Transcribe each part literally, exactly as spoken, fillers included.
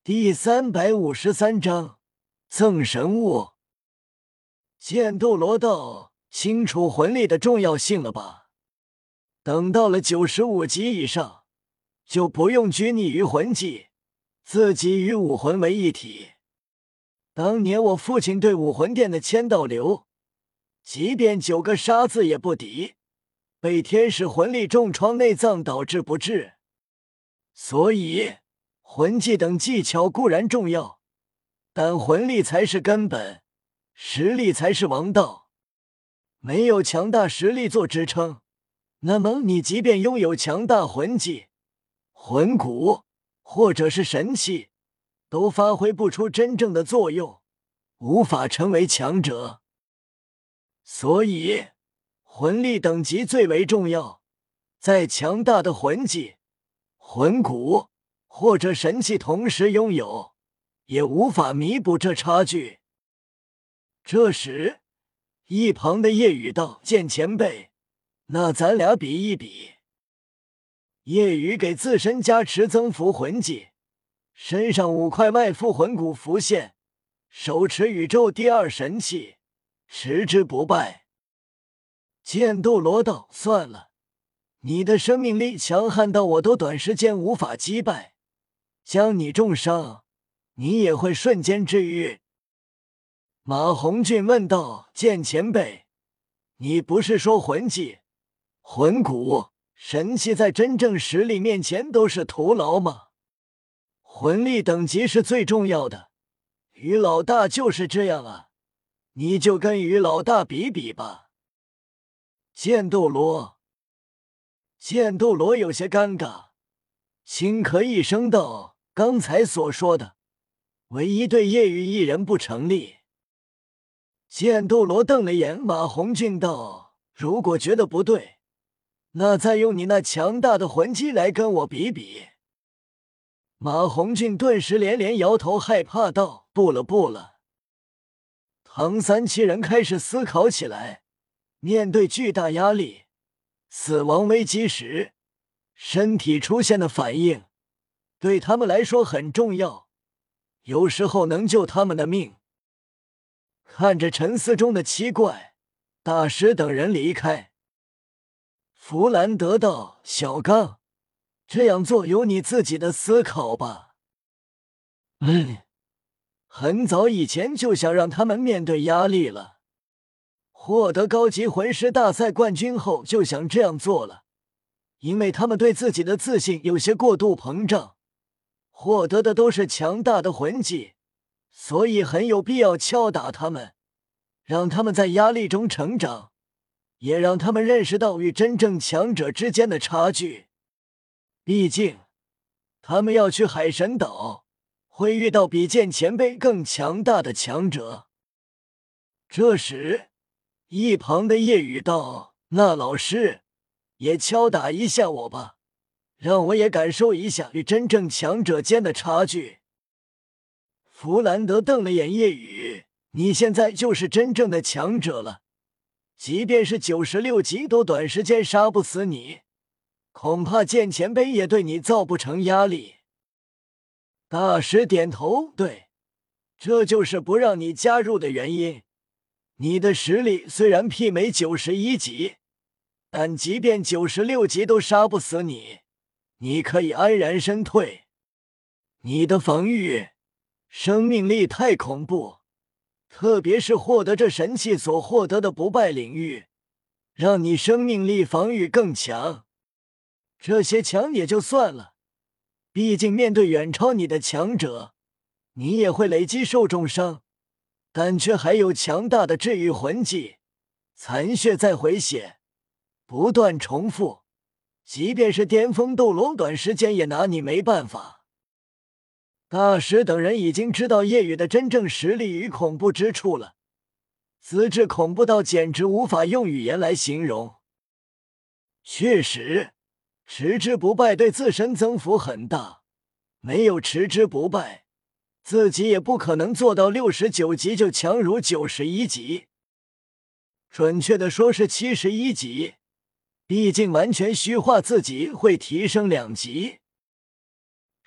第三百五十三章赠神物。剑斗罗道：清楚魂力的重要性了吧？等到了九十五级以上，就不用拘泥于魂技，自己与武魂为一体。当年我父亲对武魂殿的千道流，即便九个杀字也不敌，被天使魂力重创内脏导致不治。所以魂技等技巧固然重要，但魂力才是根本，实力才是王道。没有强大实力做支撑，那么你即便拥有强大魂技、魂骨或者是神器，都发挥不出真正的作用，无法成为强者。所以魂力等级最为重要，再强大的魂技、魂骨或者神器同时拥有，也无法弥补这差距。这时一旁的夜雨道：剑前辈，那咱俩比一比。夜雨给自身加持增幅魂技，身上五块外附魂骨浮现，手持宇宙第二神器，持之不败。剑斗罗道：算了，你的生命力强悍到我都短时间无法击败，将你重伤，你也会瞬间治愈。马红俊问道：剑前辈，你不是说魂技、魂骨、神器在真正实力面前都是徒劳吗？魂力等级是最重要的，于老大就是这样啊，你就跟于老大比比吧。剑斗罗剑斗罗有些尴尬，轻咳一声道：刚才所说的唯一对夜雨一人不成立。剑斗罗瞪了眼马红俊道：如果觉得不对，那再用你那强大的魂技来跟我比比。马红俊顿时连连摇头，害怕道：不了不了。唐三七人开始思考起来，面对巨大压力、死亡危机时，身体出现的反应对他们来说很重要，有时候能救他们的命。看着沉思中的七怪、大师等人离开，弗兰德道：小刚，这样做有你自己的思考吧。嗯，很早以前就想让他们面对压力了，获得高级魂师大赛冠军后就想这样做了，因为他们对自己的自信有些过度膨胀，获得的都是强大的魂技，所以很有必要敲打他们，让他们在压力中成长，也让他们认识到与真正强者之间的差距。毕竟他们要去海神岛，会遇到比剑前辈更强大的强者。这时一旁的夜雨道：那老师也敲打一下我吧，让我也感受一下与真正强者间的差距。弗兰德瞪了眼夜雨：你现在就是真正的强者了，即便是九十六级都短时间杀不死你，恐怕剑前辈也对你造不成压力。大师点头：对，这就是不让你加入的原因。你的实力虽然媲美九十一级，但即便九十六级都杀不死你，你可以安然身退。你的防御、生命力太恐怖，特别是获得这神器所获得的不败领域，让你生命力防御更强。这些强也就算了，毕竟面对远超你的强者，你也会累积受重伤，但却还有强大的治愈魂技，残血再回血，不断重复，即便是巅峰斗罗短时间也拿你没办法。大师等人已经知道夜雨的真正实力与恐怖之处了，资质恐怖到简直无法用语言来形容。确实，持之不败对自身增幅很大，没有持之不败，自己也不可能做到六十九级就强如九十一级。准确的说是七十一级，毕竟完全虚化自己会提升两级。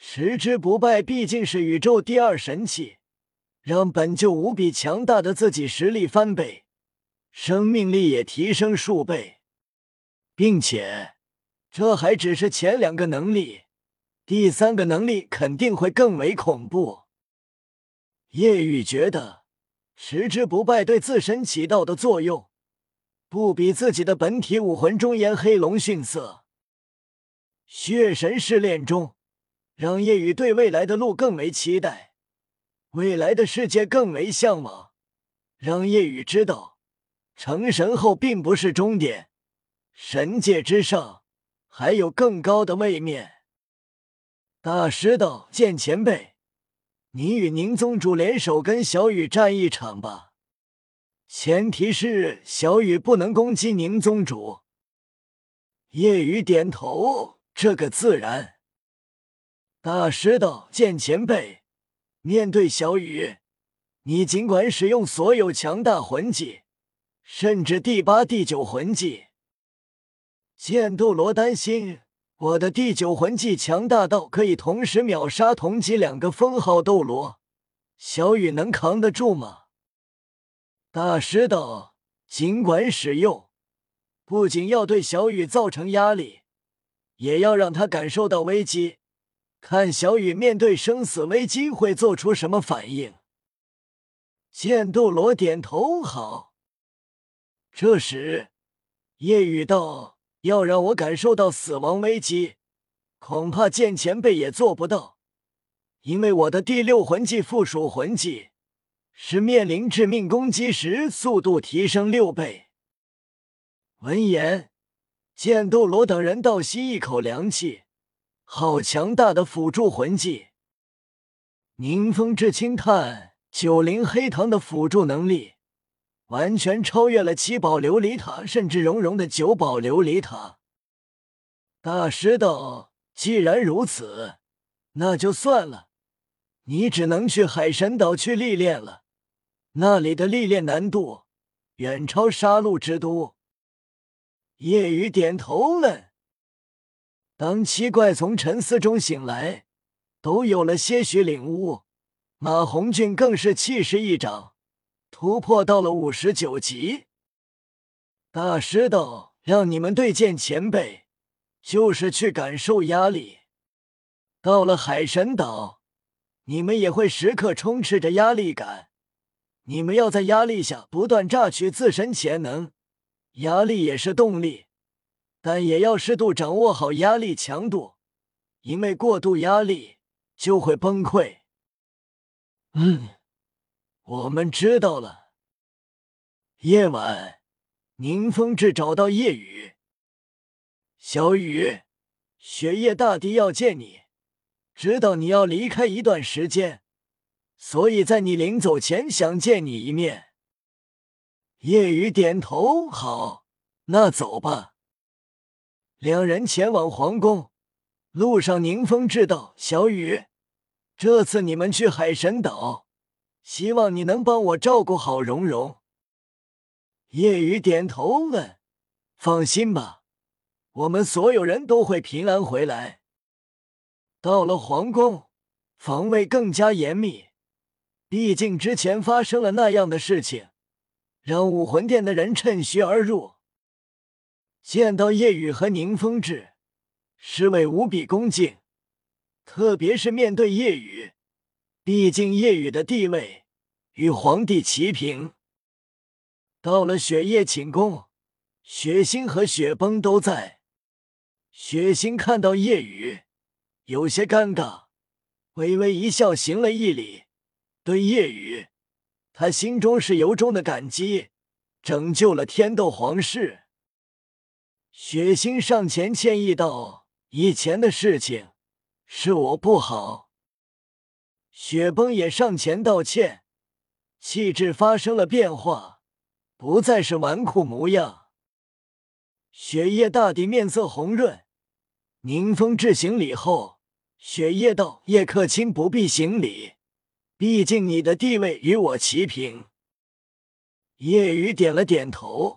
持之不败毕竟是宇宙第二神器，让本就无比强大的自己实力翻倍，生命力也提升数倍。并且这还只是前两个能力，第三个能力肯定会更为恐怖。叶雨觉得持之不败对自身起到的作用不比自己的本体武魂中炎黑龙逊色。血神试炼中让叶雨对未来的路更为期待，未来的世界更为向往，让叶雨知道成神后并不是终点，神界之上还有更高的位面。大师道：见前辈，你与宁宗主联手跟小雨战一场吧，前提是小雨不能攻击宁宗主。叶雨点头，这个自然。大师道：见前辈，面对小雨，你尽管使用所有强大魂技，甚至第八、第九魂技。剑斗罗担心我的第九魂技强大到可以同时秒杀同级两个封号斗罗，小雨能扛得住吗？大师道：尽管使用，不仅要对小雨造成压力，也要让他感受到危机，看小雨面对生死危机会做出什么反应。剑斗罗点头，好。这时叶雨道：要让我感受到死亡危机，恐怕剑前辈也做不到，因为我的第六魂技附属魂技是面临致命攻击时速度提升六倍。闻言，剑斗罗等人倒吸一口凉气，好强大的辅助魂技！宁风致轻叹九灵黑糖的辅助能力完全超越了七宝琉璃塔，甚至融融的九宝琉璃塔。大师道：既然如此，那就算了，你只能去海神岛去历练了，那里的历练难度远超杀戮之都。叶雨点头了。当七怪从沉思中醒来，都有了些许领悟，马红俊更是气势一掌，突破到了五十九级。大师道：让你们对剑前辈，就是去感受压力。到了海神岛，你们也会时刻充斥着压力感，你们要在压力下不断榨取自身潜能，压力也是动力，但也要适度掌握好压力强度，因为过度压力就会崩溃。嗯，我们知道了。夜晚，宁风致找到夜雨。小雨，雪夜大帝要见你，知道你要离开一段时间，所以在你临走前想见你一面。夜雨点头，好，那走吧。两人前往皇宫，路上宁风致道：小雨，这次你们去海神岛，希望你能帮我照顾好蓉蓉。夜雨点头问：放心吧，我们所有人都会平安回来。到了皇宫，防卫更加严密，毕竟之前发生了那样的事情，让武魂殿的人趁虚而入。见到夜雨和宁风致，侍卫无比恭敬，特别是面对夜雨，毕竟夜雨的地位与皇帝齐平。到了雪夜寝宫，雪星和雪崩都在。雪星看到夜雨，有些尴尬，微微一笑，行了一礼。对夜雨，他心中是由衷的感激，拯救了天斗皇室。雪星上前歉意道：以前的事情是我不好。雪崩也上前道歉，气质发生了变化，不再是纨绔模样。雪夜大帝面色红润，宁风致行礼后，雪夜道：叶客卿不必行礼，毕竟你的地位与我齐平。夜雨点了点头。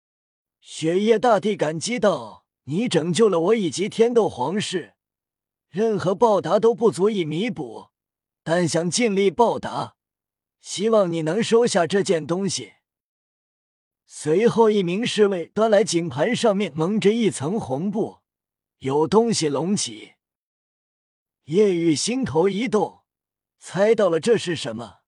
雪夜大帝感激道：你拯救了我以及天斗皇室， 任何报答都不足以弥补，但想尽力报答，希望你能收下这件东西。”随后，一名侍卫端来井盘，上面蒙着一层红布，有东西隆起。叶雨心头一动，猜到了这是什么。